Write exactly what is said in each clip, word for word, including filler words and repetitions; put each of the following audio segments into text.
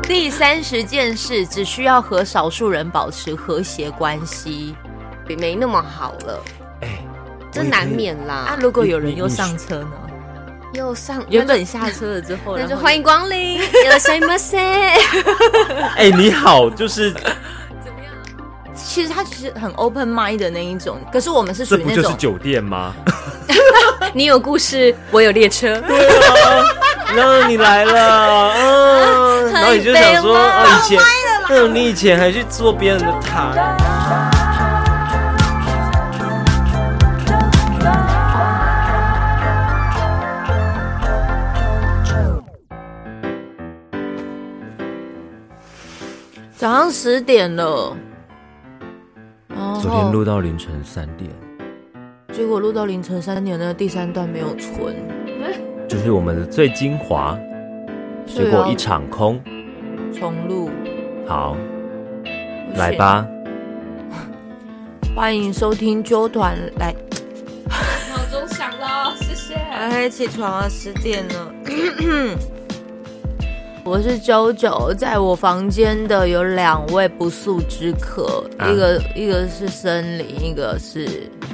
第三十件事，只需要和少数人保持和谐关系， 没那么好了。哎、欸，这难免啦。 啊，如果有人又上车呢？ 又上， 原本下车了之后， 那就欢迎光临，いらっしゃいませ。 哎，你好，就是怎么样？其实他其实很 open mind 的那一种，可是我们是属于那种， 这不就是酒店吗？ 你有故事，我有列车。 对啊，然后你来了，嗯，然后你就想说，哦，以前，嗯，你以前还去坐别人的台。 早上十点了， 昨天录到凌晨三点， 结果录到凌晨三点，那个第三段没有存， 就是我们的最精华，结果一场空， 重录。 好，来吧， 欢迎收听啾团来。 闹钟响了，谢谢。 哎，起床了，十点了。我是九九，在我房间的有两位不速之客，啊、一个一个是森林，一个是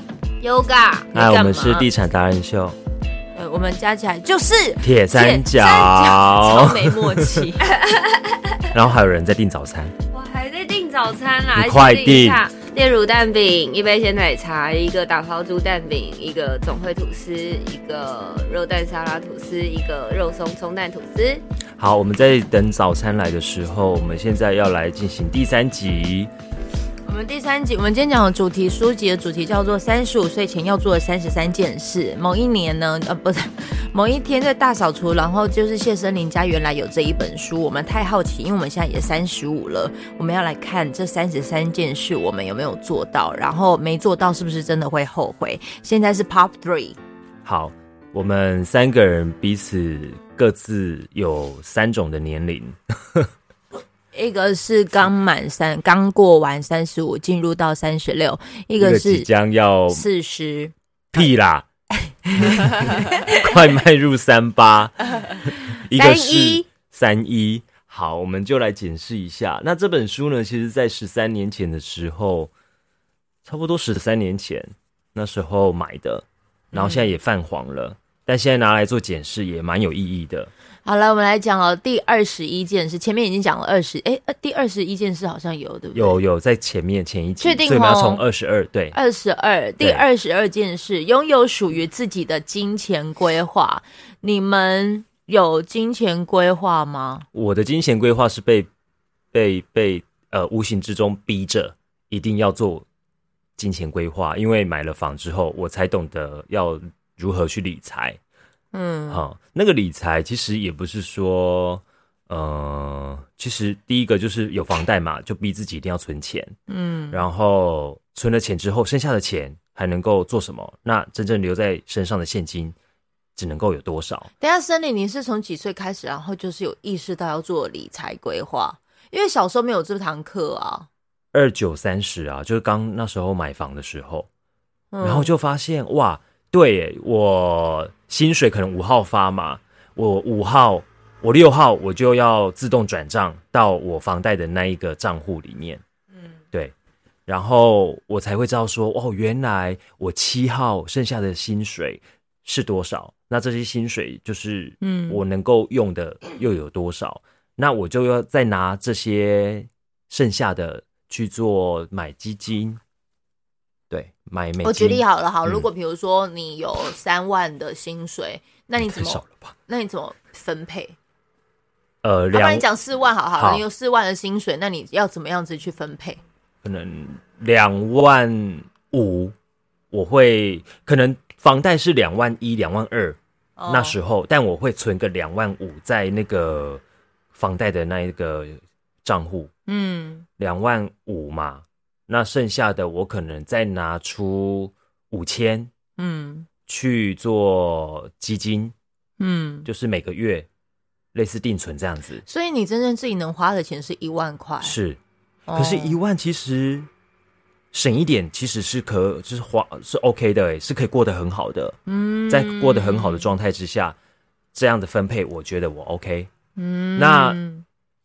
Yoga。 哎，我们是地产达人秀， 呃，我们加起来就是铁三角， 超没默契。 然后还有人在订早餐， 我还在订早餐啦， 你快订！ 炼乳蛋饼，一杯鲜奶茶，一个打抛猪蛋饼，一个总会吐司，一个肉蛋沙拉吐司，一个肉松葱蛋吐司。 好，我们在等早餐来的时候，我们现在要来进行第三集。 我们第三集，我们今天讲的主题，书籍的主题叫做三十五岁前要做的三十三件事。某一年呢，呃，不是，某一天在大扫除，然后就是谢森林家原来有这一本书，我们太好奇，因为我们现在也三十五了，我们要来看这三十三件事，我们有没有做到，然后没做到是不是真的会后悔？现在是 Part Three。 好，我们三个人彼此各自有三种的年龄。 一个是刚满三，刚过完三十五，进入到三十六；一个是即将要四十， 屁啦，快迈入三八；一个是三一。好，我们就来检视一下。那这本书呢，其实在十三年前的时候，差不多十三年前那时候买的，然后现在也泛黄了，嗯、但现在拿来做检视也蛮有意义的。 好了，我们来讲哦，第二十一件事，前面已经讲了二十，哎，第二十一件事好像有，对不对？ 有有在前面前一集， 确定哦， 所以我们要从二十二，对， 二十二，第二十二件事，拥有属于自己的金钱规划。你们有金钱规划吗？ 我的金钱规划是被被被呃无形之中逼着一定要做金钱规划，因为买了房之后，我才懂得要如何去理财。嗯，好，那个理财其实也不是说，呃，其实第一个就是有房贷嘛，就逼自己一定要存钱，嗯，然后存了钱之后，剩下的钱还能够做什么？那真正留在身上的现金只能够有多少？ 等一下，森林，你是从几岁开始，然后就是有意识到要做理财规划？因为小时候没有这堂课啊。 二九三十啊，就是刚那时候买房的时候，嗯、然后就发现哇。对耶，我薪水可能五号发嘛，我五号，我六号我就要自动转账到我房贷的那一个账户里面，嗯，对，然后我才会知道说，哦，原来我七号剩下的薪水是多少，那这些薪水就是，嗯，我能够用的又有多少，嗯、那我就要再拿这些剩下的去做买基金。对，买美金。 我举例好了，好，嗯、如果比如说你有三万的薪水，那你怎么？ 太少了吧？ 那你怎么分配？ 呃，两， 要不然你讲四万好好了，好，你有四万的薪水，那你要怎么样子去分配？ 可能两万五，我会可能房贷是两万一、两万二那时候，但我会存个两万五在那个房贷的那一个账户，嗯，两万五嘛。那剩下的我可能再拿出五千，嗯，去做基金，嗯，就是每个月类似定存这样子。 所以你真正自己能花的钱是一万块， 是，哦、可是一万其实省一点，其实是可就是花是 OK 的，是可以过得很好的。嗯，在过得很好的状态之下，这样的分配，我觉得我 OK。嗯，那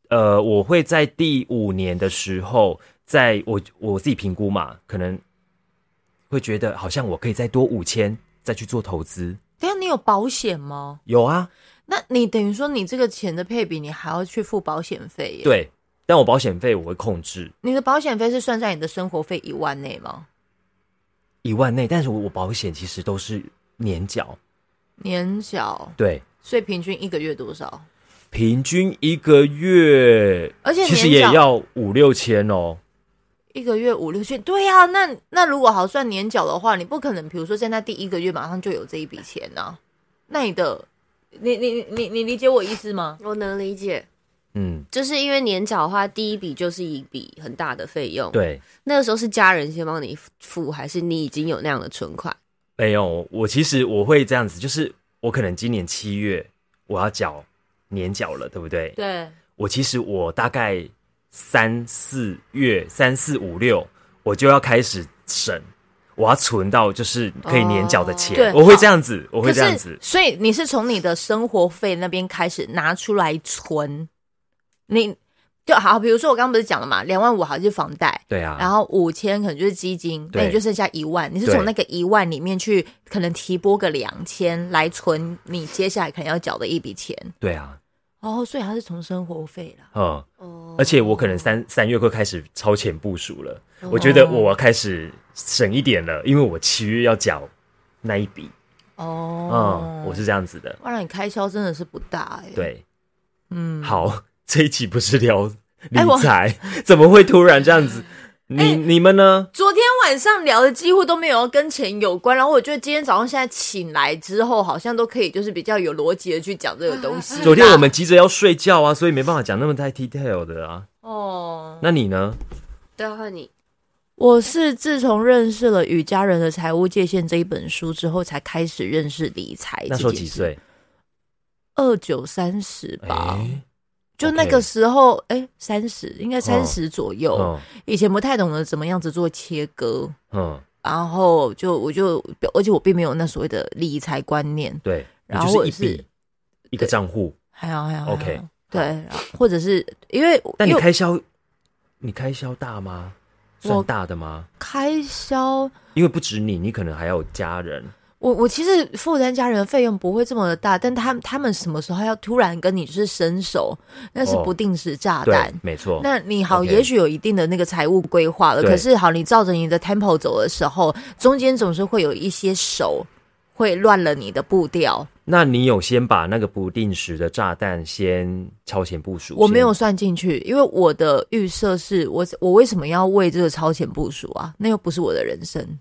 呃，我会在第五年的时候，在我我自己评估嘛，可能会觉得好像我可以再多五千再去做投资。 等一下你有保险吗？ 有啊。 那你等于说你这个钱的配比，你还要去付保险费耶？ 对，但我保险费我会控制。 你的保险费是算在你的生活费一万内吗？ 一万内，但是我我保险其实都是年缴。 年缴。 对， 所以平均一个月多少？ 平均一个月， 而且其实也要五六千哦。 一个月五六千，对啊，那那如果好算年缴的话，你不可能，比如说在那第一个月马上就有这一笔钱啊。那你的，你你你你理解我意思吗？ 我能理解。 嗯， 就是因为年缴的话，第一笔就是一笔很大的费用。 对， 那个时候是家人先帮你付，还是你已经有那样的存款？ 没有，我其实我会这样子，就是我可能今年七月我要缴年缴了，对不对？ 对， 我其实我大概三四月三四五六我就要开始省，我要存到就是可以年缴的钱、哦、我会这样子，我会这样子。 所以你是从你的生活费那边开始拿出来存，你就好，比如说我刚刚不是讲了嘛，两万五好像是房贷， 对啊， 然后五千可能就是基金，那你就剩下一万，你是从那个一万里面去可能提拨个两千来存你接下来可能要缴的一笔钱。 对啊， 哦，所以它是从生活费啦。 嗯，哦，而且我可能三三月会开始超前部署了、哦，我觉得我开始省一点了，因为我七月要缴那一笔。哦，嗯，我是这样子的。 哇，你开销真的是不大哎、欸。 对， 嗯， 好。这一期不是聊理财、欸，怎么会突然这样子？你、欸、你们呢？ 昨天晚上聊的几乎都没有跟钱有关，然后我觉得今天早上现在醒来之后，好像都可以就是比较有逻辑的去讲这个东西。 昨天我们急着要睡觉啊，所以没办法讲那么太 detail 的啊。哦，那你呢？ 对啊，换你。 我是自从认识了《与家人的财务界限》这一本书之后，才开始认识理财。 那时候几岁？ 二九三十吧。欸就那个时候，哎、okay 欸，三十应该三十左右、哦。以前不太懂得怎么样子做切割，嗯，然后就我就，而且我并没有那所谓的理财观念， 对， 然后就是一笔一个账户， 还好还好 ，OK， 对，或者是因为， 但你开销，你开销大吗？算大的吗？ 开销， 因为不止你，你可能还有家人。 我我其实负担家人的费用不会这么的大，但他们他们什么时候要突然跟你就是伸手，那是不定时炸弹， 哦、没错。 那你好， okay. 也许有一定的那个财务规划了，可是好，你照着你的 tempo 走的时候，中间总是会有一些手会乱了你的步调。 那你有先把那个不定时的炸弹先超前部署？ 我没有算进去，因为我的预设是我我为什么要为这个超前部署啊？那又不是我的人生。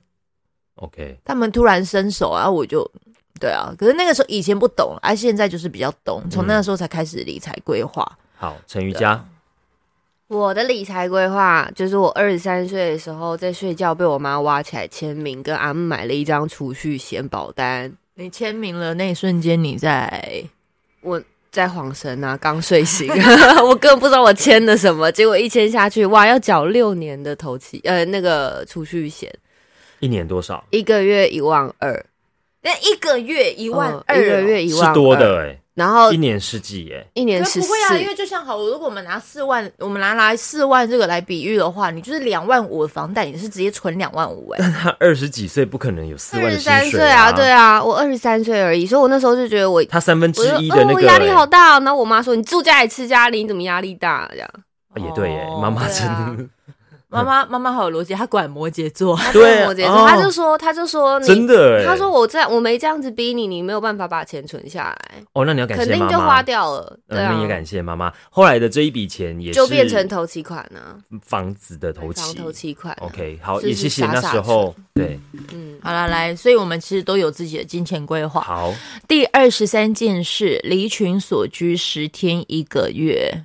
OK， 他们突然伸手啊，我就对啊。可是那个时候以前不懂，而、啊、现在就是比较懂，从那个时候才开始理财规划。 嗯、好，陈瑜佳， 我的理财规划就是我二十三岁的时候在睡觉被我妈挖起来签名，跟阿嬷买了一张储蓄险保单。 你签名了那一瞬间，你在我在晃神啊，刚睡醒，我根本不知道我签的什么，结果一签下去，哇，要缴六年的头期，呃，那个储蓄险。 一年多少？ 一个月一万二， 那一个月一万二、 哦，一个月一万二是多的哎、欸。 然后一年十几哎、欸， 一年十四。 不会啊，因为就像好，如果我们拿四万，我们拿来四万这个来比喻的话，你就是两万五的房贷，你是直接存两万五哎。 但他二十几岁不可能有四万的薪水啊。 二十三岁啊，对啊，我二十三岁而已，所以我那时候就觉得我他三分之一的那个、欸， 我压力好大、啊。然后我妈说：“你住家里吃家里，你怎么压力大？”这样、 啊、也对耶，妈妈真的。 妈妈妈妈好有逻辑，她果然摩羯座， 对摩羯座，他就说他就说真的， 他说我这样我没这样子逼你，你没有办法把钱存下来。 哦，那你要感谢妈妈， 肯定就花掉了。对啊， 你也感谢妈妈。后来的这一笔钱也是就变成头期款啊， 房子的头期， 房头期款、啊。 OK， 好，也谢谢那时候。对， 嗯，好了，来，所以我们其实都有自己的金钱规划。 好， 第二十三件事，离群所居十天一个月。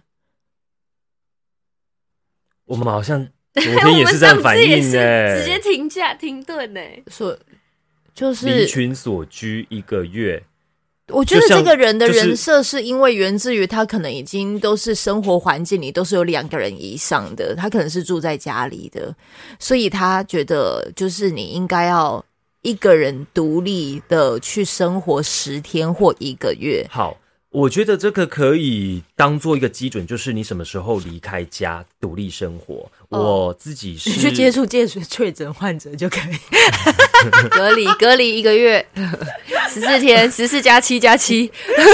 我们好像。昨天也是这样反应哎， 直接停下停顿哎， 所就是离群所居一个月。 我觉得这个人的人设是因为源自于他可能已经都是生活环境里都是有两个人以上的，他可能是住在家里的，所以他觉得就是你应该要一个人独立的去生活十天或一个月。 好， 我觉得这个可以当做一个基准，就是你什么时候离开家独立生活。哦、我自己是你去接触接触确诊患者就可以隔离隔离一个月，十四天，十四加七加七。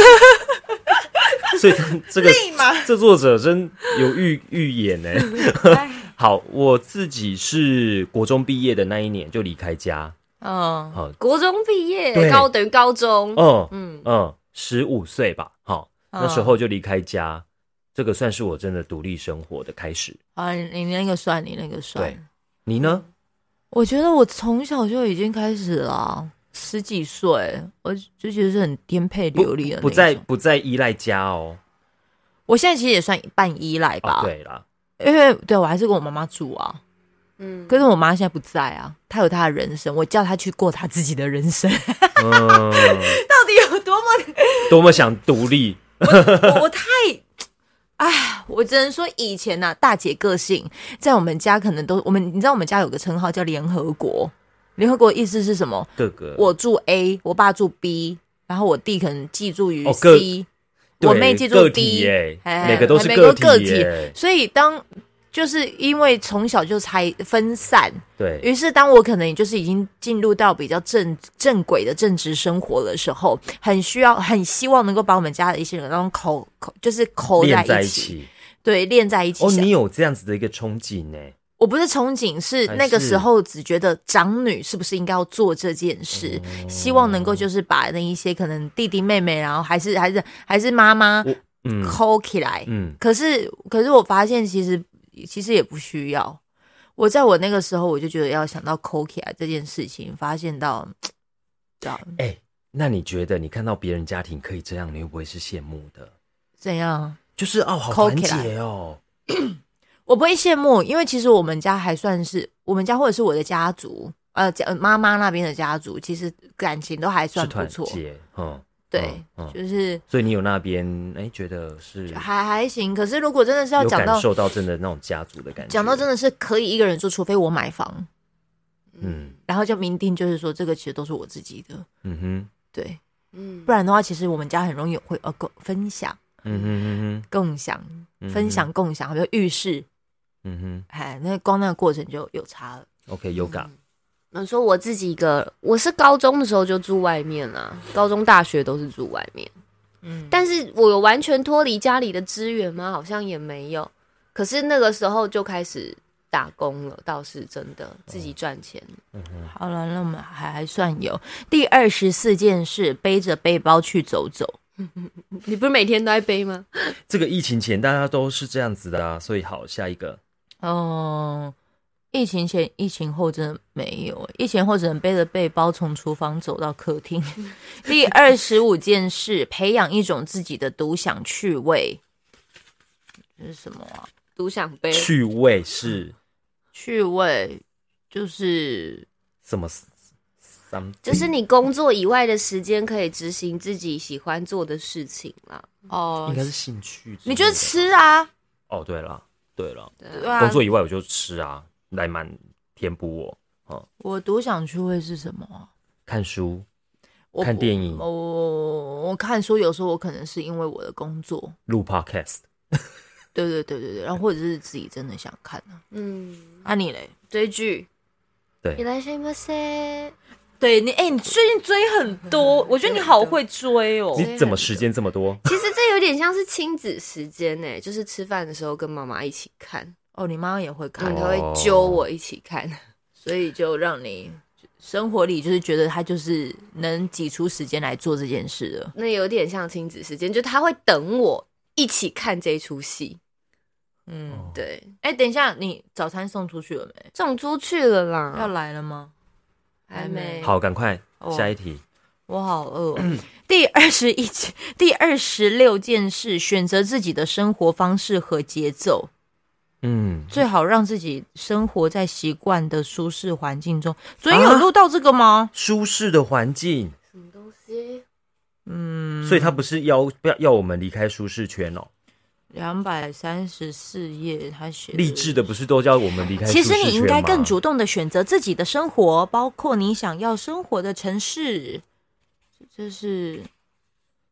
所以这个这作者真有预预言呢。好，我自己是国中毕业的那一年就离开家。 嗯，好，国中毕业，高等于高中。 嗯嗯嗯，十五岁吧。好，那时候就离开家，这个算是我真的独立生活的开始。 啊，你那个算，你那个算。 对，你呢？ 我觉得我从小就已经开始了。十几岁，我就觉得是很颠沛流离的那种， 不再不再依赖家哦。 我现在其实也算半依赖吧。 哦、对啦， 因为对我还是跟我妈妈住啊。嗯，可是我妈现在不在啊，她有她的人生，我叫她去过她自己的人生。嗯，到底有多么多么想独立？ 我, 我, 我太，哎，我只能说以前啊，大姐个性在我们家可能都，我们你知道我们家有个称号叫联合国。联合国意思是什么？ 各个我住 A， 我爸住 B， 然后我弟可能寄住于 C，、哦、我妹寄住 D， 每个都是个体, 个体所以当就是因为从小就拆分散， 对于是当我可能就是已经进入到比较正正轨的正职生活的时候，很需要很希望能够把我们家的一些人那种口口就是口在一起， 在一起对，练在一起。 哦，你有这样子的一个憧憬呢？ 我不是憧憬，是那个时候只觉得长女是不是应该要做这件事，哦、希望能够就是把那一些可能弟弟妹妹，然后还是还是还是妈妈抠起来。嗯，可是可是我发现其实其实也不需要。我在我那个时候我就觉得要想到抠起来这件事情，发现到， 哎、欸，那你觉得你看到别人家庭可以这样，你会不会是羡慕的？ 怎样？ 就是哦，好团结哦。 我不会羡慕，因为其实我们家还算是我们家或者是我的家族，呃，妈妈那边的家族，其实感情都还算不错。 是团结，嗯， 对，嗯、就是。 所以你有那边哎，觉得是还还行。可是如果真的是要讲到感受到真的那种家族的感觉， 讲到真的是可以一个人住，除非我买房，嗯，然后就明定就是说这个其实都是我自己的，嗯哼，对，嗯，不然的话，其实我们家很容易会呃分享，嗯哼哼哼，共享、嗯、分享共享，比如浴室。嗯哼，哎，那光那个过程就有差了。 OK， 有感。 那、嗯、说我自己一个，我是高中的时候就住外面啦，高中、大学都是住外面。嗯，但是我有完全脱离家里的资源吗？好像也没有。可是那个时候就开始打工了，倒是真的自己赚钱。 嗯哼，好了，那我们还还算有第二十四件事，背着背包去走走。 你不是每天都在背吗？ 这个疫情前大家都是这样子的啊，所以好，下一个。 哦，疫情前、疫情后真的没有，疫情后只能背着背包从厨房走到客厅。第二十五件事，培养一种自己的独享趣味。这是什么啊？ 独享杯？ 趣味是趣味，就是什么？ 就是你工作以外的时间可以执行自己喜欢做的事情啦。 哦，应该是兴趣。 你觉得吃啊？ 哦，对了。对了，啊、工作以外我就吃啊，来满填补我。嗯、 我独享趣味是什么？ 看书、看电影。 我我我看书有时候我可能是因为我的工作录 podcast。 对对对对对，然后或者是自己真的想看啊。嗯，啊你嘞？ 追剧。 对。 いらっしゃいませ。 对你，哎、欸，你最近追很多，我觉得你好会追哦。 你怎么时间这么多？ 其实这有点像是亲子时间呢，就是吃饭的时候跟妈妈一起看。 哦，你妈妈也会看， 她会揪我一起看， 所以就让你生活里就是觉得她就是能挤出时间来做这件事了。 那有点像亲子时间，就她会等我一起看这一出戏。嗯，对。 哎、欸，等一下，你早餐送出去了没？ 送出去了啦。 要来了吗？ 还没。 好，赶快、哦、下一题。 我好饿、哦。第二十一、第二十六件事，选择自己的生活方式和节奏。嗯，最好让自己生活在习惯的舒适环境中。昨天有录到这个吗？ 啊、舒适的环境， 什么东西？ 嗯，所以他不是要不要要我们离开舒适圈哦。 两百三十四页，他写励志的不是都叫我们离开舒适圈吗？ 其实你应该更主动的选择自己的生活，包括你想要生活的城市。这是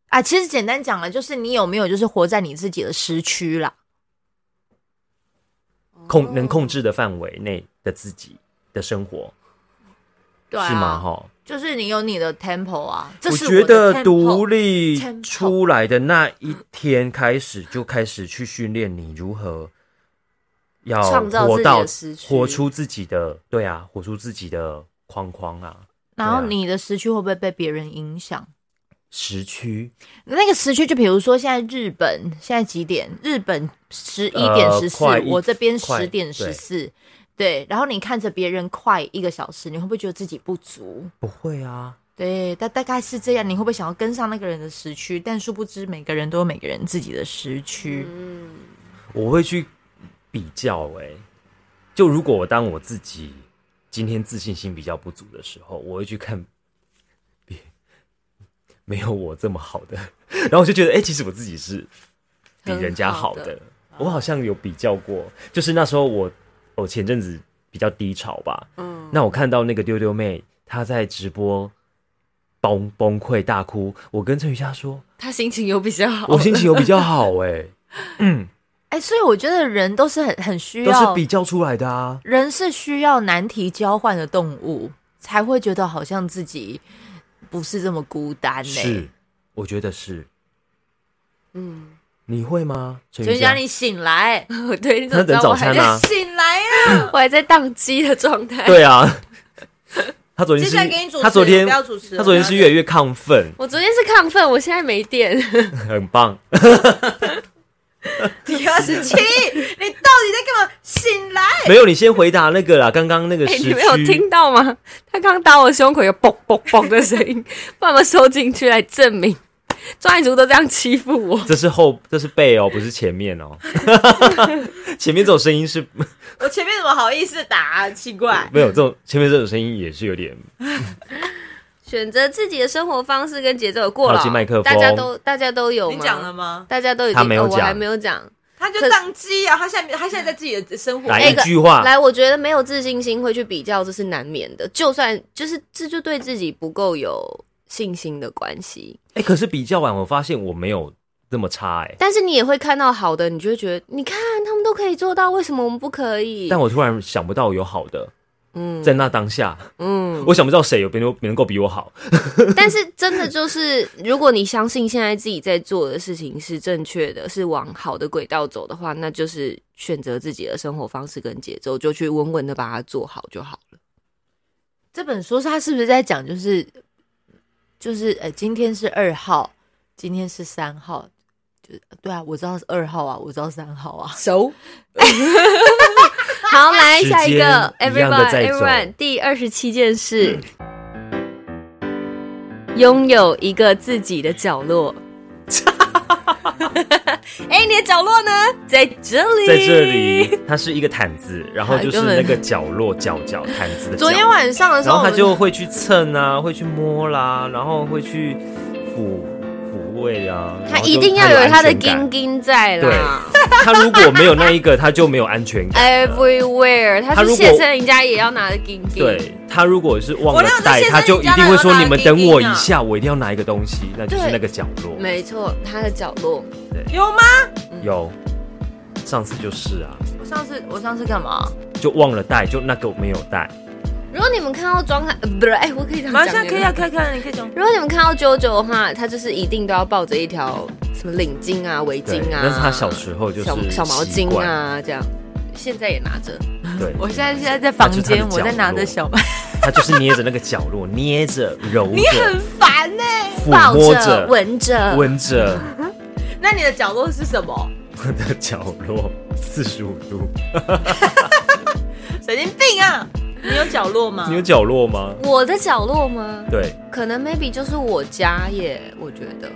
啊，其实简单讲了，就是你有没有就是活在你自己的时区啦， 控能控制的范围内的自己的生活， 对啊， 是吗？哈， 就是你有你的 tempo 啊。这是我觉得 tempo, 独立 tempo 出来的那一天开始，就开始去训练你如何要创造自己活到的时区， 活出自己的，对啊，活出自己的框框啊。 然后你的时区会不会被别人影响？ 时区， 那个时区就比如说现在日本现在几点？日本十一点十四，我这边十点十四，对。然后你看着别人快一个小时，你会不会觉得自己不足？ 不会啊， 对，大大概是这样。你会不会想要跟上那个人的时区？但殊不知每个人都有每个人自己的时区。 嗯， 我会去比较、欸，哎，就如果我当我自己今天自信心比较不足的时候，我会去看别没有我这么好的，然后我就觉得，哎、欸，其实我自己是比人家好的。 好的我好像有比较过，就是那时候我我前阵子比较低潮吧，嗯，那我看到那个丢丢妹她在直播崩崩溃大哭，我跟陈雨夏说， 他心情有比较好， 我心情有比较好、欸，哎，嗯。 哎、欸，所以我觉得人都是很很需要， 都是比较出来的啊。 人是需要难题交换的动物，才会觉得好像自己不是这么孤单呢、欸。 是，我觉得是。 嗯， 你会吗？ 所以让你醒来， 对，你怎么知道我还啊、 醒来啊？ 我还在宕机的状态。 对啊。他昨天是， 接下来给你主持， 他昨天不要主持， 他昨天是越来越亢奋。 我昨天是亢奋，我现在没电。 很棒。 第二十七，你到底在干嘛？醒来！ 没有，你先回答那个啦。刚刚那个时区、 欸，你没有听到吗？他刚打我胸口有嘣嘣嘣的声音，把我们收进去来证明，专业组都这样欺负我。 这是后，这是背哦，不是前面哦。前面这种声音是， 我前面怎么好意思打、啊？奇怪， 没有这种前面这种声音也是有点。 选择自己的生活方式跟节奏有过了， 麦克风大家都大家都有吗？ 你讲了吗？ 大家都已经， 他没有讲、 哦，我还没有讲， 他就宕机啊！他现在他现在在自己的生活来一句话， 来，我觉得没有自信心会去比较，这是难免的。就算就是这就对自己不够有信心的关系。 哎、欸，可是比较完，我发现我没有这么差哎、欸。 但是你也会看到好的，你就会觉得，你看他们都可以做到，为什么我们不可以？ 但我突然想不到有好的。嗯，在那当下， 嗯， 我想不到谁有别人能够比我好。 但是真的就是，如果你相信现在自己在做的事情是正确的，是往好的轨道走的话，那就是选择自己的生活方式跟节奏，就去稳稳的把它做好就好了。 这本书他是不是在讲，就是就是呃，今天是二号，今天是三号，就对啊，我知道是二号啊，我知道三号啊， 熟。好，来下一个 ，everyone everyone， 第二十七件事，拥、嗯、有一个自己的角落。哎、欸，你的角落呢？在这里， 在这里，它是一个毯子，然后就是那个角落角角毯子的角落。 昨天晚上的时候， 然后他就会去蹭啊，会去摸啦，然后会去抚抚慰啊。 他一定要有他的金金在啦。 对，他如果没有那一个，他就没有安全感。 Everywhere， 他是谢森人家也要拿的金金。 对，他如果是忘了带，他就一定会说：“你们等我一下，我一定要拿一个东西。”那就是那个角落。 没错，他的角落。 对， 有吗？ 有，上次就是啊。 我上次我上次干嘛？ 就忘了带，就那个没有带。 如果你们看到装他，呃、不是，哎、欸，我可以这样讲。 马上可以啊，可以可以，你可以讲。 如果你们看到啾啾的话，他就是一定都要抱着一条什么领巾啊、围巾啊。 但是他小时候就是小小毛巾啊，这样。现在也拿着。 对， 我现在现在在房间，我在拿着小。 他就是捏着那个角落，捏着揉着。 你很烦呢、欸， 抚摸着、 闻着、 闻着。 那你的角落是什么？ 我的角落四十五度。 神经病啊！你有角落吗？ 你有角落吗？ 我的角落吗？ 对， 可能 maybe 就是我家耶，我觉得。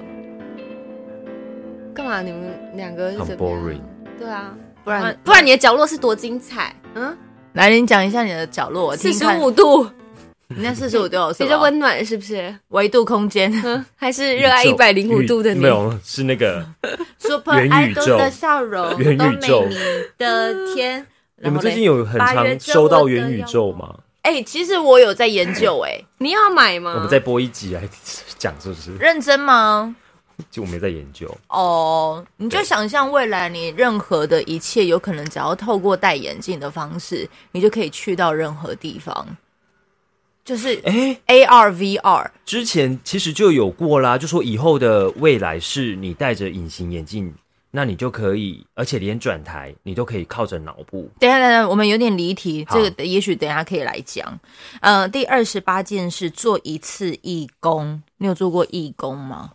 干嘛？你们两个是很怎么样 boring。 对啊，不然不然你的角落是多精彩？嗯， 来，你讲一下你的角落，我听四十五度。 你那四十五度有什么？ 比较温暖是不是？ 维度空间， 嗯，还是热爱一百零五度的你？ 没有，是那个 Super Idol 的笑容， 元宇宙你的天。 你们最近有很常收到元宇宙吗？ 哎、欸，其实我有在研究、欸，哎， 你要买吗？ 我们再播一集来讲，是不是？ 认真吗？ 就我没在研究。 哦，你就想象未来你任何的一切，有可能只要透过戴眼镜的方式，你就可以去到任何地方。就是哎 A R V R 之前其实就有过啦，就说以后的未来是你戴着隐形眼镜，那你就可以，而且连转台你都可以靠着脑部。 等一下，等一下，我们有点离题，这个也许等一下可以来讲。呃，第二十八件事，做一次义工。你有做过义工吗？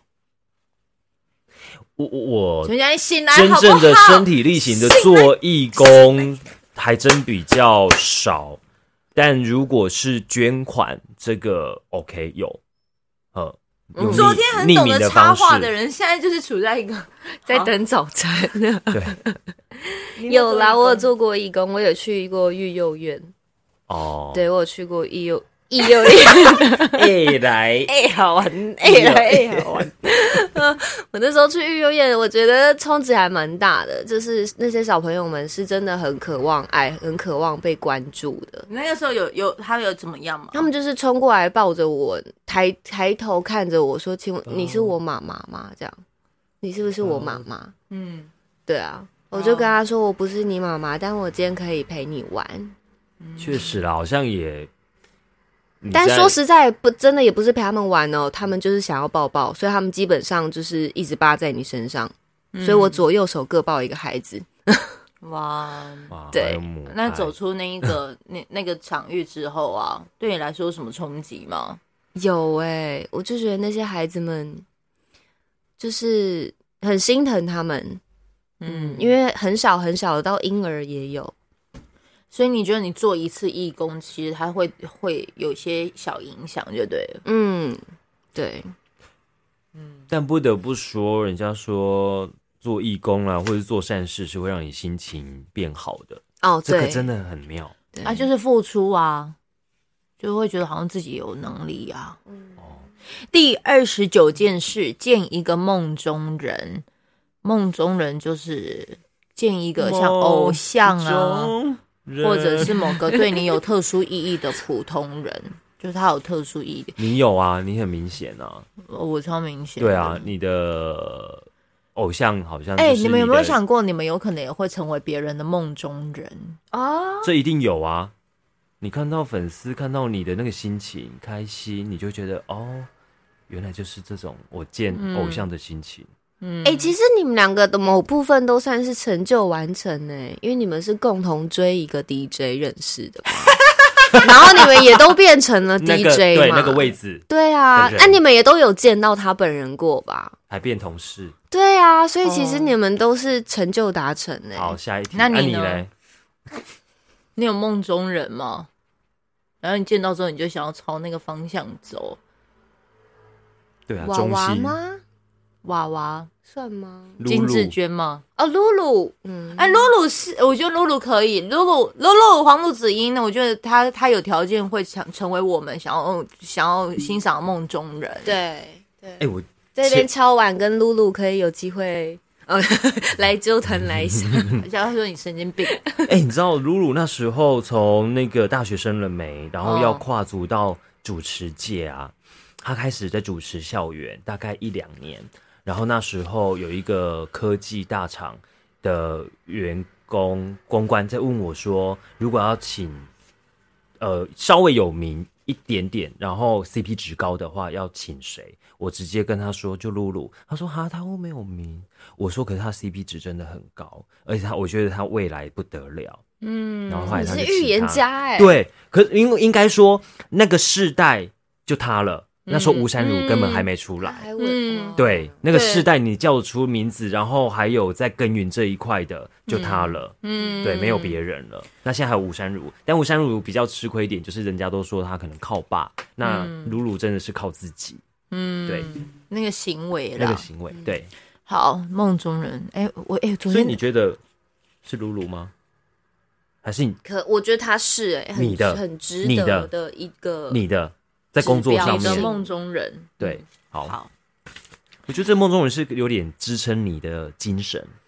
我我我真正的身体力行的做义工还真比较少。但如果是捐款，这个 OK 有，呃， 嗯、昨天很懂得插话的人，现在就是处在一个在等早餐。 对， 有啦，我有做过义工，我有去过育幼院。 哦， 对，我有去过育幼育幼院， 哎来哎好玩，哎来哎好玩。我那时候去育幼院，我觉得冲击还蛮大的，就是那些小朋友们是真的很渴望爱，很渴望被关注的。 那个时候有有他有怎么样吗？ 他们就是冲过来抱着我，抬抬头看着我说：“请问你是我妈妈吗？这样，你是不是我妈妈？”嗯，对啊，我就跟他说：“我不是你妈妈，但我今天可以陪你玩。” 确实啦，好像也。 但说实在不，真的也不是陪他们玩哦，他们就是想要抱抱，所以他们基本上就是一直扒在你身上，嗯、所以我左右手各抱一个孩子。 哇， 对， 那走出那一个那那个场域之后啊，对你来说有什么冲击吗？ 有哎、欸，我就觉得那些孩子们就是很心疼他们，嗯，嗯因为很小很小的到婴儿也有。 所以你觉得你做一次义工，其实它会会有些小影响，就对了。 嗯，对， 嗯。但不得不说，人家说做义工啊，或者做善事，是会让你心情变好的。 哦，对， 这个真的很妙。 啊，就是付出啊，就会觉得好像自己有能力啊。嗯。哦。第二十九件事，见一个梦中人。梦中人就是见一个像偶像啊。或者是某个对你有特殊意义的普通人，就是他有特殊意义。 你有啊，你很明显啊， 我超明显。 对啊，你的偶像好像哎、 欸， 你们有没有想过，你们有可能也会成为别人的梦中人啊？ 这一定有啊！你看到粉丝看到你的那个心情开心，你就觉得哦，原来就是这种我见偶像的心情。嗯嗯，哎、欸，其实你们两个的某部分都算是成就完成哎，因为你们是共同追一个 D J 认识的，然后你们也都变成了 D J 嘛， 那个、对那个位置， 对啊，那、啊、你们也都有见到他本人过吧？ 还变同事， 对啊，所以其实你们都是成就达成哎。 好，下一题， 那你呢？ 啊、你, 你有梦中人吗？然后你见到之后，你就想要朝那个方向走？ 对啊， 娃娃吗？ 娃娃算吗？ 金志娟吗？ 哦，露露，嗯， 哎，露露是，我觉得露露可以，露露，露露，黄露子英呢？我觉得她她有条件会想成为我们想要想要欣赏梦中人。 对对， 哎，我这边敲碗跟露露可以有机会，呃，来纠团来一下。 假如说你神经病， 哎，你知道露露那时候从那个大学生了没，然后要跨足到主持界啊，她开始在主持校园，大概一两年。然后那时候有一个科技大厂的员工公关在问我说，如果要请呃稍微有名一点点，然后 C P 值高的话，要请谁？我直接跟他说就露露。他说哈，他会没有名。我说可是他 C P 值真的很高，而且他我觉得他未来不得了。嗯，然后后来他就你是预言家哎、欸， 对，可是应应该说那个世代就他了。那时候吴珊如根本还没出来， 嗯， 对，那个世代你叫出名字，然后还有在耕耘这一块的，就他了，嗯，对，没有别人了。那现在还有吴珊如，但吴珊如比较吃亏一点，就是人家都说他可能靠爸，那露露真的是靠自己，嗯，对， 那个行为啦， 那个行为，对。 好，梦中人，哎、欸，我哎、欸，昨天， 所以你觉得是露露吗？还是你？ 可我觉得他是哎、欸， 你的很值得的一个你的。在工作上面的梦中人， 对，好， 好， 我觉得这梦中人是有点支撑你的精神，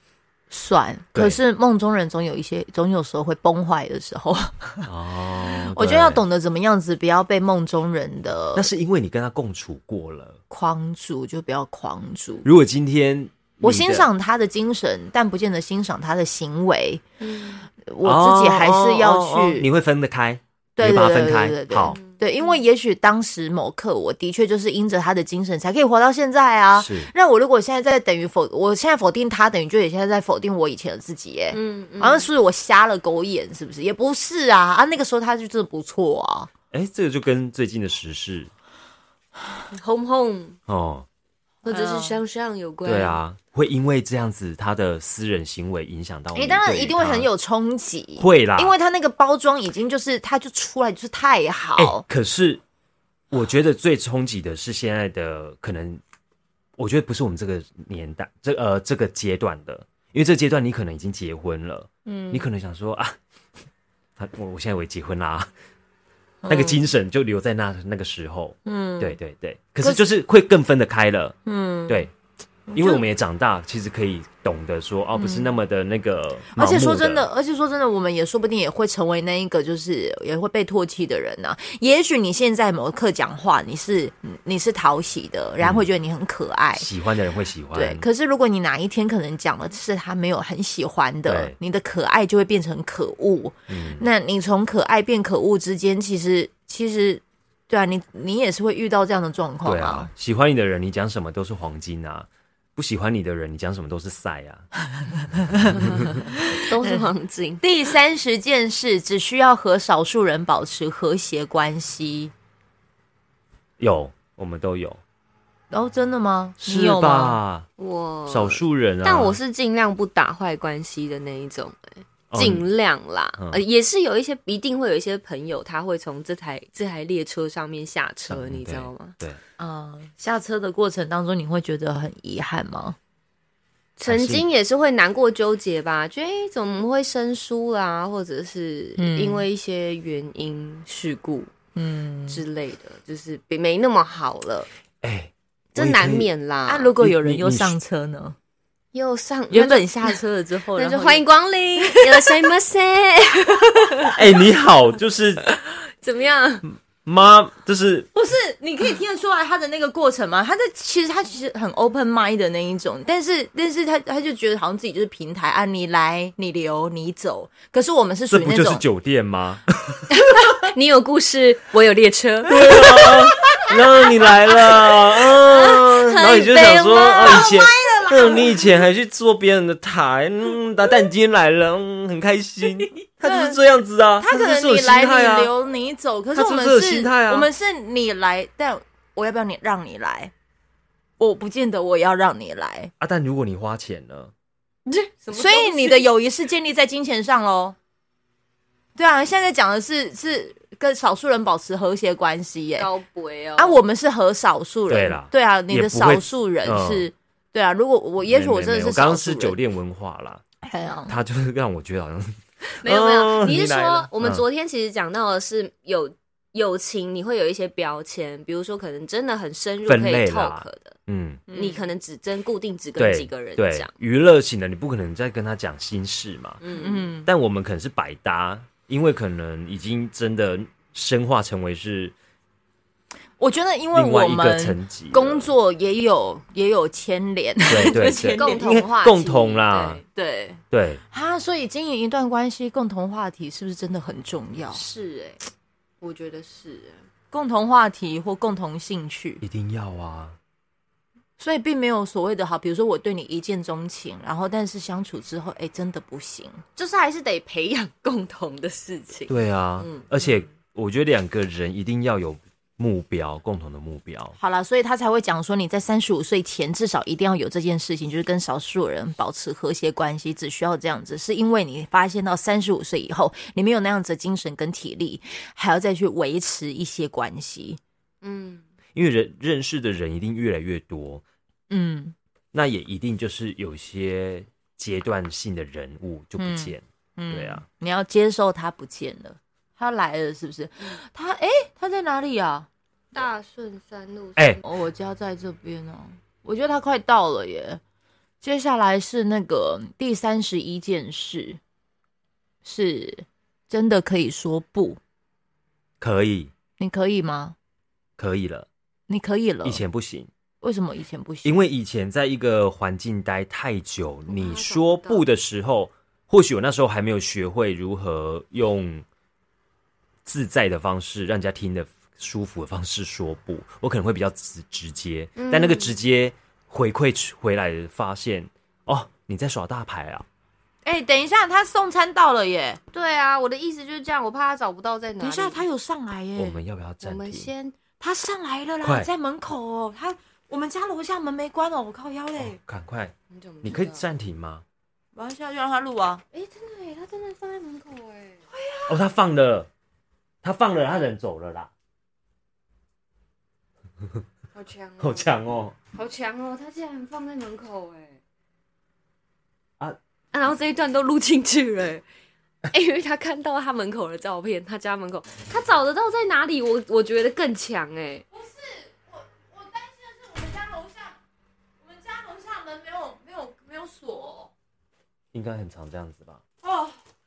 算，可是梦中人总有一些，总有时候会崩坏的时候。 哦， 我觉得要懂得怎么样子，不要被梦中人的那是因为你跟他共处过了， 框住，就不要框住。 如果今天我欣赏他的精神，但不见得欣赏他的行为。嗯，我自己还是要去， 哦哦哦、你会分得开， 对对对，把它分开。 对对对对好， 对，因为也许当时某刻，我的确就是因着他的精神才可以活到现在啊。 是， 让我如果现在在等于否，我现在否定他，等于就也现在在否定我以前的自己耶。嗯嗯，好像是我瞎了狗眼，是不是？也不是啊啊，那个时候他就真的不错啊。 哎，这个就跟最近的时事 ，home home 哦， 或者是向上有关。 对啊，会因为这样子他的私人行为影响到你， 你当然一定会很有冲击， 会啦， 因为他那个包装已经就是他就出来就是太好。 可是我觉得最冲击的是现在的可能，我觉得不是我们这个年代这呃这个阶段的，因为这个阶段你可能已经结婚了，嗯，你可能想说啊，他我我现在我也结婚啦、啊。那个精神就留在那那个时候，嗯，对对对，可是就是会更分得开了，嗯，对，因为我们也长大，其实可以懂得说，哦，不是那么的那个， 而且说真的，而且说真的，我们也说不定也会成为那一个，就是也会被唾弃的人啊。也许你现在某一刻讲话，你是你是讨喜的，人家会觉得你很可爱，嗯、 喜欢的人会喜欢， 对。可是如果你哪一天可能讲的是他没有很喜欢的，你的可爱就会变成可恶。嗯，那你从可爱变可恶之间，其实其实。对啊，你你也是会遇到这样的状况啊。 对啊，喜欢你的人，你讲什么都是黄金啊；不喜欢你的人，你讲什么都是塞啊， 都是黄金。 第三十件事，只需要和少数人保持和谐关系。 有，我们都有。 哦，真的吗？ 是吧？ 我少数人啊， 但我是尽量不打坏关系的那一种、欸。尽量啦、哦呃，也是有一些一定会有一些朋友，他会从这台这台列车上面下车，嗯、你知道吗？ 对啊、呃，下车的过程当中，你会觉得很遗憾吗？ 曾经也是会难过纠结吧，觉得、欸、怎么会生疏啦，或者是因为一些原因事故嗯之类的，就是没那么好了，哎、欸，这难免啦。 啊，如果有人又上车呢？ 又上原本下车了之后， 那就欢迎光临，いらっしゃいませ。 哎，你好，就是怎么样？ 妈，就是不是？你可以听得出来他的那个过程吗？他的其实他其实很 open mind 的那一种，但是但是他他就觉得好像自己就是平台啊，你来你留你走。可是我们是属于那种， 这不就是酒店吗？ 你有故事，我有列车。 对啊，然后你来了，嗯，然后你就想说，哦，以前。嗯，你以前还去坐别人的台，嗯，但但你今天来了，嗯，很开心。他就是这样子啊， 他可能你来你留你走，可是我们是， 心态啊、 我们是你来，但我要不要你让你来？我不见得我要让你来啊。但如果你花钱了， 所以你的友谊是建立在金钱上咯。对啊，现在讲的是是跟少数人保持和谐关系耶， 高贵哦。 啊，我们是和少数人， 对啦， 对啊，你的少数人是。嗯对啊，如果我也许我真的是我刚刚是酒店文化啦，他就是让我觉得好像没有没有，你是说我们昨天其实讲到的是有友情，你会有一些标签，比如说可能真的很深入可以 talk 的，嗯，你可能只真固定只跟几个人讲， 娱乐型的你不可能再跟他讲心事嘛，嗯嗯，但我们可能是百搭，因为可能已经真的深化成为是。 我觉得，因为我们工作也有也有牵连， 对对对， 共同话题，共同啦， 对对啊，所以经营一段关系，共同话题是不是真的很重要？ 是哎、欸，我觉得是、欸、 共同话题或共同兴趣一定要啊。 所以并没有所谓的好，比如说我对你一见钟情，然后但是相处之后，哎、欸，真的不行， 就是还是得培养共同的事情。 对啊，嗯，而且我觉得两个人一定要有。目标，共同的目标。 好啦，所以他才会讲说，你在三十五岁前至少一定要有这件事情，就是跟少数人保持和谐关系，只需要这样子，是因为你发现到三十五岁以后，你没有那样子的精神跟体力，还要再去维持一些关系。 嗯，因为人认识的人一定越来越多，嗯，那也一定就是有些阶段性的人物就不见，嗯，对啊， 你要接受他不见了。他来了是不是？他哎、欸，他在哪里啊？ 大顺三路。 哎、欸， 哦，我家在这边哦。我觉得他快到了耶。 接下来是那个第三十一件事，是真的可以说不？ 可以， 你可以吗？ 可以了， 你可以了。 以前不行。 为什么以前不行？ 因为以前在一个环境待太久，你说不的时候，或许我那时候还没有学会如何用自在的方式，让人家听得舒服的方式说不，我可能会比较直直接，嗯、但那个直接回馈回来的发现，哦，你在耍大牌啊！ 哎、欸，等一下，他送餐到了耶！ 对啊，我的意思就是这样，我怕他找不到在哪里。 等一下，他有上来耶！ 我们要不要暂停？ 我们先， 他上来了啦，在门口哦。他我们家楼下门没关哦，我靠腰嘞！ 赶、哦、快，你可以暂停吗？ 我要下去让他录啊！ 哎、欸，真的耶，他真的放在门口哎。 对呀、 啊。哦，他放了，他放了，他人走了啦。 好强哦！ 好强哦！ 好强哦！他竟然放在门口哎。 啊。 啊、然后这一段都录进去了、欸，因为他看到他门口的照片，他家门口，他找得到在哪里？我我觉得更强哎、欸。 不是，我我担心的是我们家楼下，我们家楼下门没有没有没有锁、哦， 应该很常这样子吧？ 哦，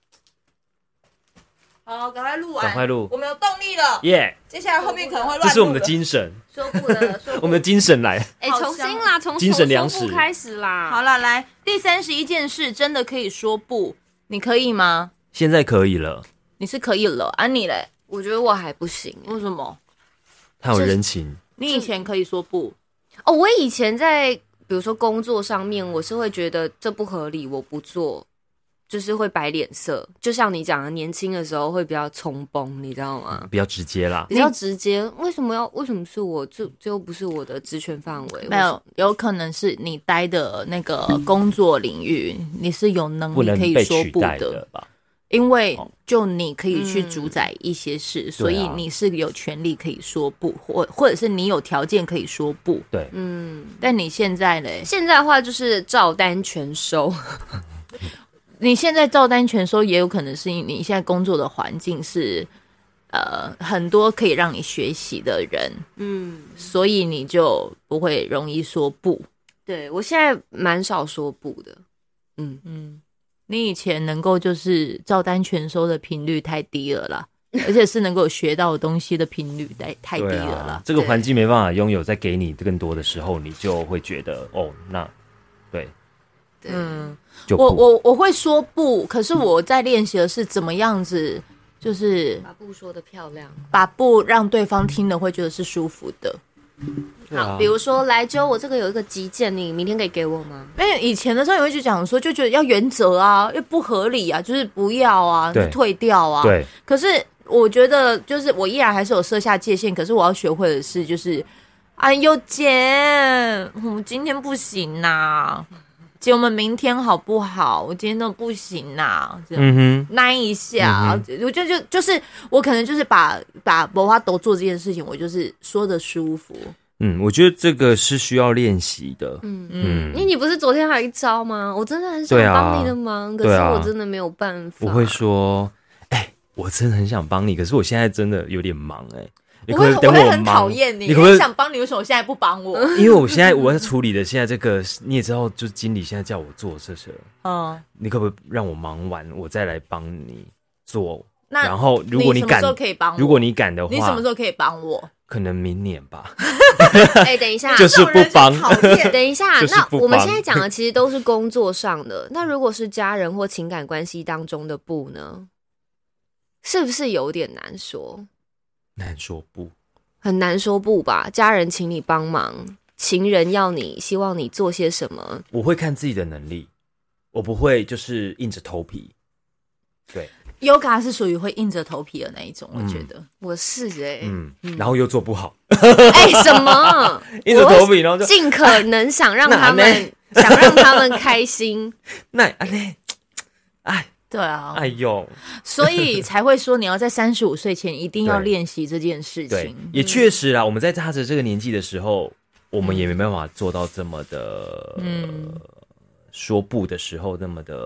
好，赶快录完， 赶快录， 我们有动力了， 耶！ Yeah 接下来后面可能会乱， 这是我们的精神， 说不的，说不我们的精神来， 哎、欸，重新啦，从精神粮食开始啦。 好了，来第三十一件事，真的可以说不？你可以吗？ 现在可以了， 你是可以了，啊你嘞？ 我觉得我还不行、欸， 为什么？ 他有人情。 你以前可以说不？ 哦，我以前在比如说工作上面，我是会觉得这不合理，我不做。就是会摆脸色，就像你讲的，年轻的时候会比较冲崩，你知道吗？ 嗯、比较直接啦， 比较直接。为什么要？为什么是我？这这又不是我的职权范围。 没有，有可能是你待的那个工作领域，你是有能力可以说不的， 的吧？ 因为就你可以去主宰一些事，嗯、所以你是有权利可以说不，或或者是你有条件可以说不。 对， 嗯。 但你现在嘞？ 现在的话就是照单全收。 你现在照单全收，也有可能是你现在工作的环境是，呃，很多可以让你学习的人，嗯，所以你就不会容易说不。 对，我现在蛮少说不的，嗯嗯，你以前能够就是照单全收的频率太低了啦，而且是能够学到的东西的频率太太低了啦。 啊、这个环境没办法拥有，再给你更多的时候，你就会觉得哦，那对。 嗯，我我我会说不，可是我在练习的是怎么样子，就是把不说的漂亮， 把不让对方听了会觉得是舒服的。 好，啊、比如说来揪我这个有一个急件，你明天可以给我吗？ 因为以前的时候你会去讲说，就觉得要原则啊，又不合理啊，就是不要啊，就退掉啊。 对。 可是我觉得，就是我依然还是有设下界限，可是我要学会的是，就是哎呦姐，我今天不行呐、啊。姐，我们明天好不好？我今天都不行呐，这样、嗯、哼，耐一下。嗯、我就就就是我可能就是把把博花都做这件事情，我就是说的舒服。 嗯，我觉得这个是需要练习的。 嗯嗯，你你不是昨天还有一招吗？我真的很想帮你的忙，啊、可是我真的没有办法。 我会说，哎、欸，我真的很想帮你，可是我现在真的有点忙、欸，哎。 我会我会很讨厌你，你很想帮你，为什么我现在不帮我？ 因为我现在我在处理的现在这个，你也知道，就是经理现在叫我做这些，嗯，你可不可以让我忙完，我再来帮你做？ 那然后如果你敢， 你什么时候可以帮我？ 如果你敢的话， 你什么时候可以帮我？ 可能明年吧。 哎、欸，等一下， 就是不帮。 等一下，那我们现在讲的其实都是工作上的，那如果是家人或情感关系当中的不呢？是不是有点难说？ 难说不， 很难说不吧？家人请你帮忙，情人要你，希望你做些什么？ 我会看自己的能力，我不会就是硬着头皮。对 ，Yoga 是属于会硬着头皮的那一种， 嗯、 我觉得我是哎、欸， 嗯，然后又做不好。 哎、欸，什么？ 硬着头皮，然后就尽可能想让他们想让他们开心。 那哎那，哎。 对啊， 哎呦， 所以才会说你要在三十五岁前一定要练习这件事情。 对，也确实啦，我们在他的这个年纪的时候，我们也没办法做到这么的，嗯，说不的时候那么的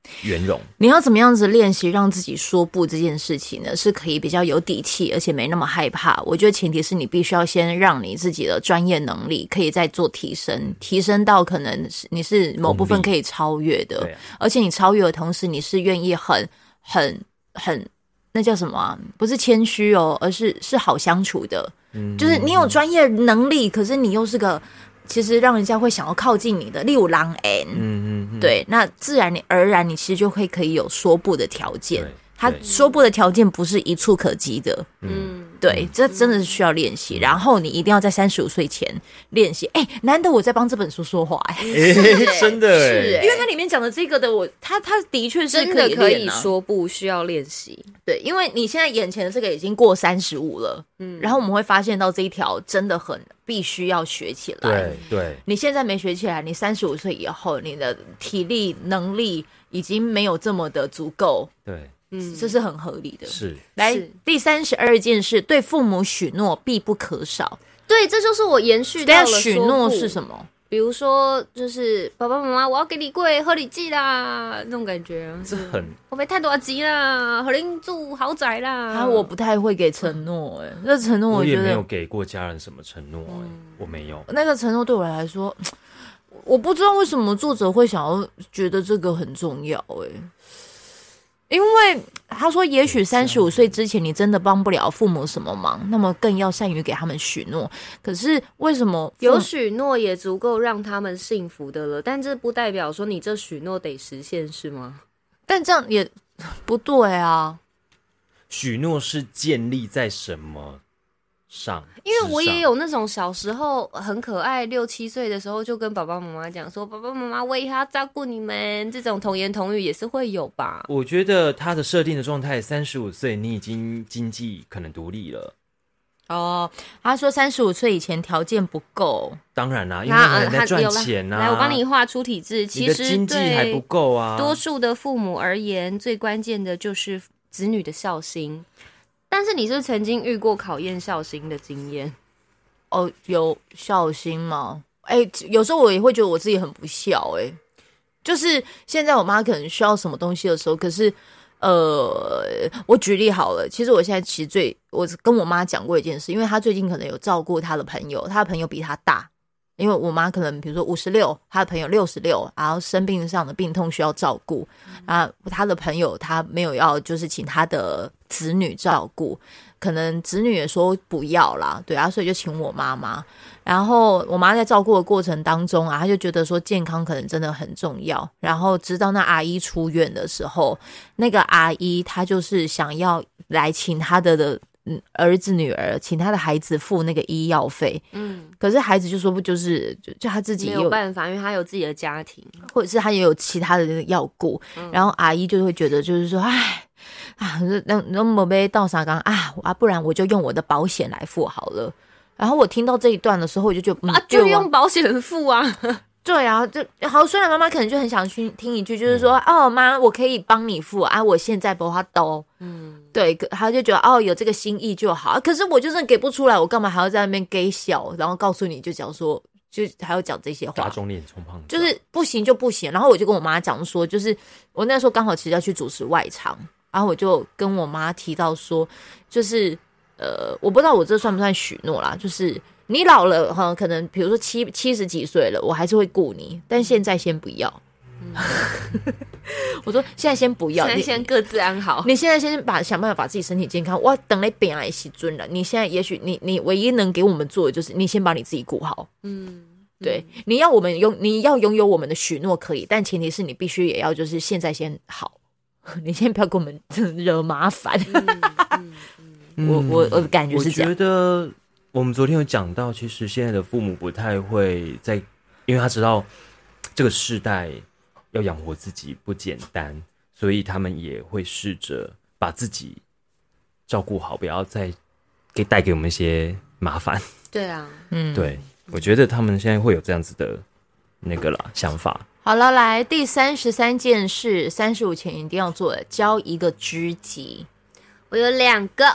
圆融。 你要怎么样子练习让自己说不这件事情呢？是可以比较有底气，而且没那么害怕。我觉得前提是你必须要先让你自己的专业能力可以再做提升，提升到可能你是某部分可以超越的， 啊、 而且你超越的同时，你是愿意很很很那叫什么啊？不是谦虚哦，而是是好相处的。嗯，就是你有专业能力，可是你又是个。其实让人家会想要靠近你的，例如狼 N， 嗯嗯嗯，对，那自然你而然你其实就会可以有说不的条件，他说不的条件不是一触可及的，嗯，对，这真的是需要练习，然后你一定要在三十五岁前练习。哎、欸，难得我在帮这本书说话、欸，哎、 欸，真的、欸， 是、欸，因为它里面讲的这个的我，他他的确是可以真的可以说不，需要练习。 对，因为你现在眼前的这个已经过三十五了，嗯，然后我们会发现到这一条真的很必须要学起来。 对对， 你现在没学起来，你三十五岁以后，你的体力能力已经没有这么的足够。 对。 嗯，这是很合理的。 是， 来是第三十二件事，对父母许诺必不可少。 对，这就是我延续到了许诺是什么？ 比如说，就是爸爸妈妈，我要给你跪贺礼季啦，那种感觉。 这很， 我没太多钱啦，和您住豪宅啦。 啊，我不太会给承诺、欸，哎，那承诺我觉得我也没有给过家人什么承诺、欸，哎、嗯，我没有。 那个承诺对我来说，我不知道为什么作者会想要觉得这个很重要、欸，哎。因为他说，也许三十五岁之前你真的帮不了父母什么忙，那么更要善于给他们许诺。可是为什么有许诺也足够让他们幸福的了？但这不代表说你这许诺得实现，是吗？ 但这样也不对啊。 许诺是建立在什么上？ 因为我也有那种小时候很可爱，六七岁的时候就跟爸爸妈妈讲说，爸爸妈妈我也要照顾你们，这种童言童语也是会有吧。 我觉得他的设定的状态，三十五岁你已经经济可能独立了。 哦，他说三十五岁以前条件不够。 当然啦、啊，因为他还在赚钱啊。 来，我帮你画出体制。其实经济还不够啊。 多数的父母而言，最关键的就是子女的孝心。但是你是不是曾经遇过考验孝心的经验？ 哦，有孝心吗？哎、欸，有时候我也会觉得我自己很不孝、欸。哎，就是现在我妈可能需要什么东西的时候，可是呃，我举例好了，其实我现在其实最我跟我妈讲过一件事，因为她最近可能有照顾她的朋友，她的朋友比她大。因为我妈可能比如说五十六，她的朋友六十六，然后生病上的病痛需要照顾，啊，她的朋友她没有要就是请她的子女照顾，可能子女也说不要啦，对啊，所以就请我妈妈。然后我妈在照顾的过程当中啊，她就觉得说健康可能真的很重要。然后直到那阿姨出院的时候，那个阿姨她就是想要来请她的的。嗯，儿子女儿请他的孩子付那个医药费，嗯，可是孩子就说不就是就就他自己没有办法，因为他有自己的家庭， 或者是他也有其他的要顾，嗯、然后阿姨就会觉得就是说，哎啊，那那没被到啥刚啊啊，不然我就用我的保险来付好了。然后我听到这一段的时候，我就觉得、嗯、 啊，就用保险付啊。 对啊，就好。虽然妈妈可能就很想去听一句，就是说，嗯、哦，妈，我可以帮你付啊，我现在不花兜。嗯，对，他就觉得哦，有这个心意就好。可是我就是给不出来，我干嘛还要在那边给小，然后告诉你就讲说，就还要讲这些话， 打肿脸充胖子， 就是不行就不行。然后我就跟我妈讲说，就是我那时候刚好其实要去主持外场，然后我就跟我妈提到说，就是呃，我不知道我这算不算许诺啦，就是。你老了哈，可能比如说七七十几岁了，我还是会顾你，但现在先不要。嗯、我说现在先不要， 现在先各自安好。 你现在先把想办法把自己身体健康。我等你病来时阵了，你现在也许你你唯一能给我们做的就是你先把你自己顾好。嗯，对，嗯、你要我们拥你要拥有我们的许诺可以，但前提是你必须也要就是现在先好，你先不要给我们惹麻烦。嗯嗯、我我我的感觉是这样。 我觉得。我们昨天有讲到，其实现在的父母不太会在，因为他知道这个世代要养活自己不简单，所以他们也会试着把自己照顾好，不要再给带给我们一些麻烦。 对啊， 嗯，对，我觉得他们现在会有这样子的那个啦想法。 好了，来第三十三件事，三十五前一定要做的，交一个知己。 我有两个。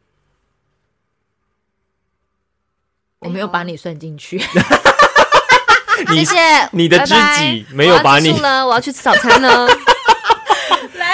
我没有把你算进去， 谢谢你的知己没有把你。 我要结束了，我要去吃早餐了。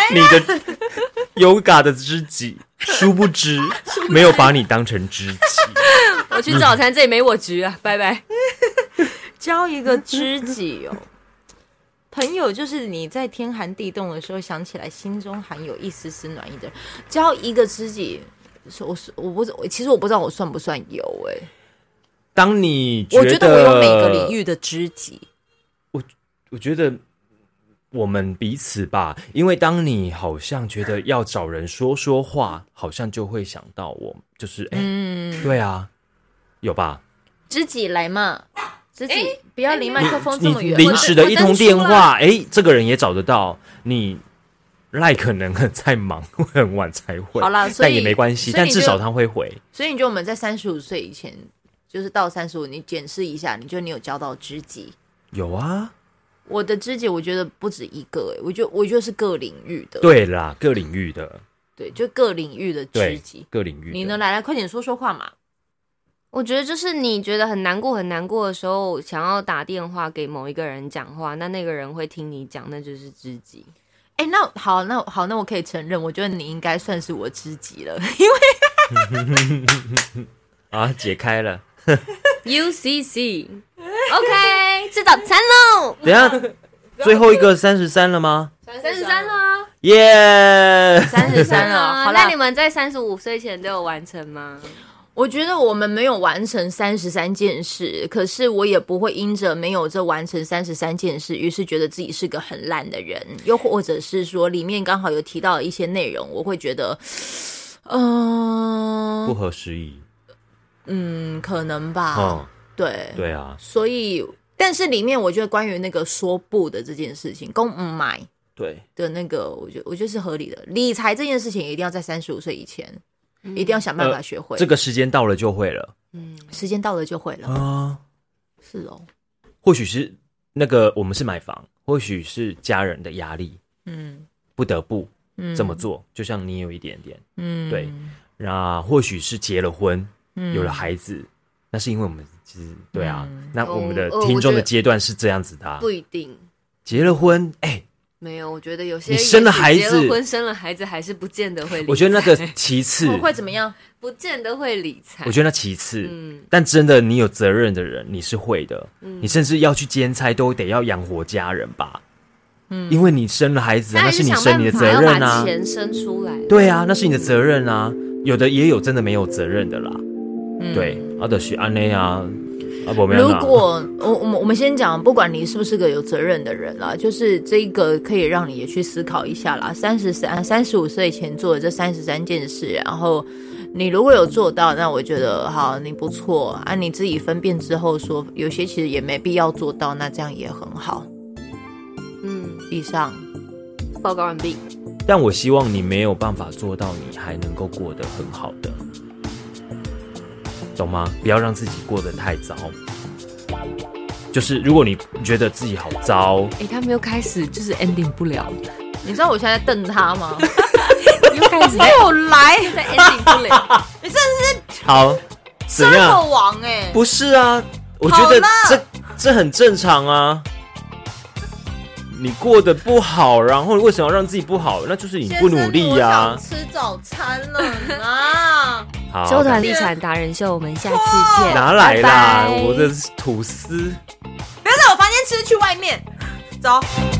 你的 yoga 的知己，殊不知没有把你当成知己。 我去吃早餐，这里没我局啊，拜拜。 交一个知己哦，朋友就是你在天寒地冻的时候想起来，心中含有一丝丝暖意的人。交一个知己，我我不其实我不知道我算不算有哎、欸。 当你觉得， 我觉得我有每个领域的知己。 我我觉得我们彼此吧，因为当你好像觉得要找人说说话，好像就会想到我，就是哎、欸嗯，对啊，有吧？ 知己来嘛，知己、欸、不要离麦克风这么远。 临时的一通电话，哎、欸，这个人也找得到你。赖可能在忙，会很晚才回。 好啦， 但也没关系，但至少他会回。 所以你觉得我们在三十五岁以前，就是到三十五，你检视一下，你觉得你有交到知己？ 有啊， 我的知己，我觉得不止一个、欸，我觉得我觉得是各领域的。 对啦，各领域的， 对，就各领域的知己， 各领域的。 你呢？来来，快点说说话嘛。 我觉得就是你觉得很难过很难过的时候，想要打电话给某一个人讲话，那那个人会听你讲，那就是知己。 哎、欸，那好，那好，那我可以承认，我觉得你应该算是我知己了，因为啊，解开了 U C C OK 吃早餐喽。 等一下，最后一个三十三了吗？ 三十三了啊， 耶， 三十三了。好啦， 那你们在三十五岁前都有完成吗？ 我觉得我们没有完成三十三件事，可是我也不会因着没有这完成三十三件事，于是觉得自己是个很烂的人，又或者是说里面刚好有提到一些内容，我会觉得，嗯、呃， 不合时宜。 嗯，可能吧。嗯，对， 对啊。 所以，但是里面我觉得关于那个说不的这件事情，公唔买对的那个，我觉得我觉得是合理的。理财这件事情一定要在三十五岁以前。嗯、一定要想办法学会、 呃、这个时间到了就会了， 嗯，时间到了就会了啊， 是哦， 或许是那个我们是买房，或许是家人的压力， 嗯， 不得不这么做，嗯、就像你有一点点，嗯，对，那或许是结了婚，嗯，有了孩子，那是因为我们其实对啊，嗯、那我们的听众的阶段是这样子的、啊， 不一定结了婚，哎、欸。 没有，我觉得有些你生了孩子， 结了婚生了孩子还是不见得会理财。 我觉得那个其次会怎么样？ 不见得会理财。 我觉得那其次，嗯，但真的你有责任的人，你是会的，嗯，你甚至要去兼差都得要养活家人吧，嗯，因为你生了孩子、啊，那是你生你的责任啊， 把钱生出来， 对啊，那是你的责任啊。有的也有真的没有责任的啦，嗯、对，啊，就是安内啊。 如果我我们我们先讲，不管你是不是个有责任的人啦，就是这个可以让你也去思考一下啦。三十三、三十五岁前做的这三十三件事，然后你如果有做到，那我觉得好，你不错啊。你自己分辨之后说，有些其实也没必要做到，那这样也很好。嗯，以上报告完毕。 但我希望你没有办法做到，你还能够过得很好的。懂吗？不要让自己过得太糟。就是如果你觉得自己好糟， 哎、欸，他没有开始，就是 ending 不了。 你知道我现在在瞪他吗？ 又开始在有来， 在 ending 不了。 你真的是好怎样王哎、欸？ 不是啊，我觉得这这很正常啊。你过得不好，然后为什么要让自己不好？那就是你不努力呀、啊。 吃早餐了啊！ 好， 周团地产达人秀，我们下次见。 拿来啦， 拜拜我的吐司。 不要在我房间吃，去外面走。